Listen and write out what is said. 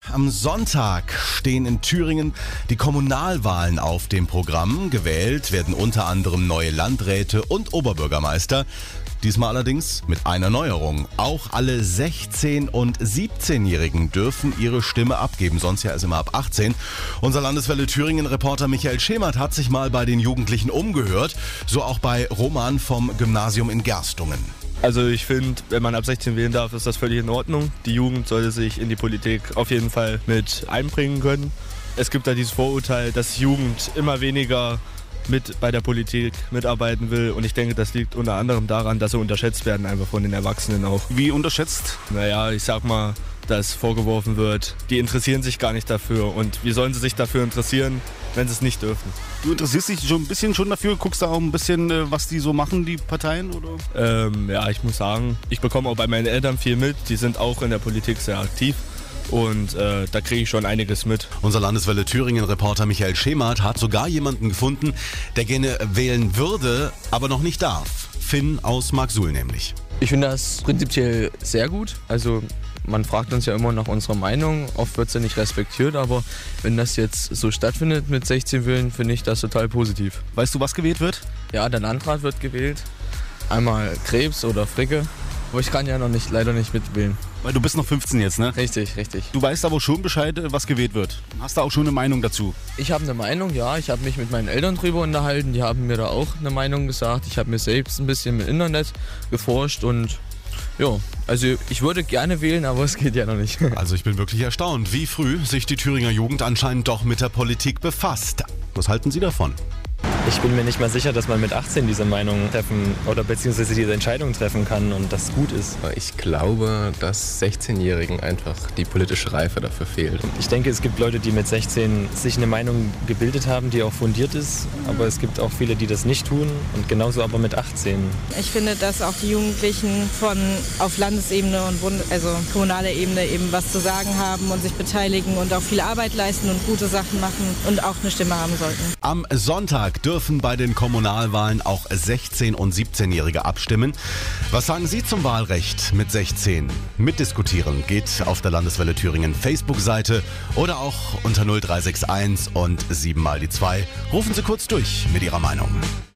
Am Sonntag stehen in Thüringen die Kommunalwahlen auf dem Programm. Gewählt werden unter anderem neue Landräte und Oberbürgermeister. Diesmal allerdings mit einer Neuerung. Auch alle 16- und 17-Jährigen dürfen ihre Stimme abgeben, sonst ja erst immer ab 18. Unser Landeswelle Thüringen-Reporter Michael Schemert hat sich mal bei den Jugendlichen umgehört, so auch bei Roman vom Gymnasium in Gerstungen. Also ich finde, wenn man ab 16 wählen darf, ist das völlig in Ordnung. Die Jugend sollte sich in die Politik auf jeden Fall mit einbringen können. Es gibt da dieses Vorurteil, dass Jugend immer weniger mit bei der Politik mitarbeiten will. Und ich denke, das liegt unter anderem daran, dass sie unterschätzt werden, einfach von den Erwachsenen auch. Wie unterschätzt? Naja, ich sag mal, dass vorgeworfen wird, die interessieren sich gar nicht dafür. Und wie sollen sie sich dafür interessieren, wenn sie es nicht dürfen? Du interessierst dich schon ein bisschen dafür, guckst da auch ein bisschen, was die so machen, die Parteien, oder? Ja, ich muss sagen, ich bekomme auch bei meinen Eltern viel mit. Die sind auch in der Politik sehr aktiv. Und da kriege ich schon einiges mit. Unser Landeswelle Thüringen-Reporter Michael Schemert hat sogar jemanden gefunden, der gerne wählen würde, aber noch nicht darf. Finn aus Marksuhl nämlich. Ich finde das prinzipiell sehr gut. Also man fragt uns ja immer nach unserer Meinung. Oft wird sie nicht respektiert, aber wenn das jetzt so stattfindet mit 16 Wählen, finde ich das total positiv. Weißt du, was gewählt wird? Ja, der Landrat wird gewählt. Einmal Krebs oder Fricke. Aber ich kann ja leider nicht mitwählen. Weil du bist noch 15 jetzt, ne? Richtig, richtig. Du weißt aber schon Bescheid, was gewählt wird. Hast du auch schon eine Meinung dazu? Ich habe eine Meinung, ja. Ich habe mich mit meinen Eltern drüber unterhalten. Die haben mir da auch eine Meinung gesagt. Ich habe mir selbst ein bisschen im Internet geforscht und ja, also ich würde gerne wählen, aber es geht ja noch nicht. Also ich bin wirklich erstaunt, wie früh sich die Thüringer Jugend anscheinend doch mit der Politik befasst. Was halten Sie davon? Ich bin mir nicht mal sicher, dass man mit 18 diese Meinung treffen oder beziehungsweise diese Entscheidung treffen kann und das gut ist. Ich glaube, dass 16-Jährigen einfach die politische Reife dafür fehlt. Ich denke, es gibt Leute, die mit 16 sich eine Meinung gebildet haben, die auch fundiert ist, aber es gibt auch viele, die das nicht tun und genauso aber mit 18. Ich finde, dass auch die Jugendlichen auf Landesebene und also kommunaler Ebene eben was zu sagen haben und sich beteiligen und auch viel Arbeit leisten und gute Sachen machen und auch eine Stimme haben sollten. Am Sonntag dürfen bei den Kommunalwahlen auch 16- und 17-Jährige abstimmen. Was sagen Sie zum Wahlrecht mit 16? Mitdiskutieren geht auf der Landeswelle Thüringen Facebook-Seite oder auch unter 0361 und 7 mal die 2. Rufen Sie kurz durch mit Ihrer Meinung.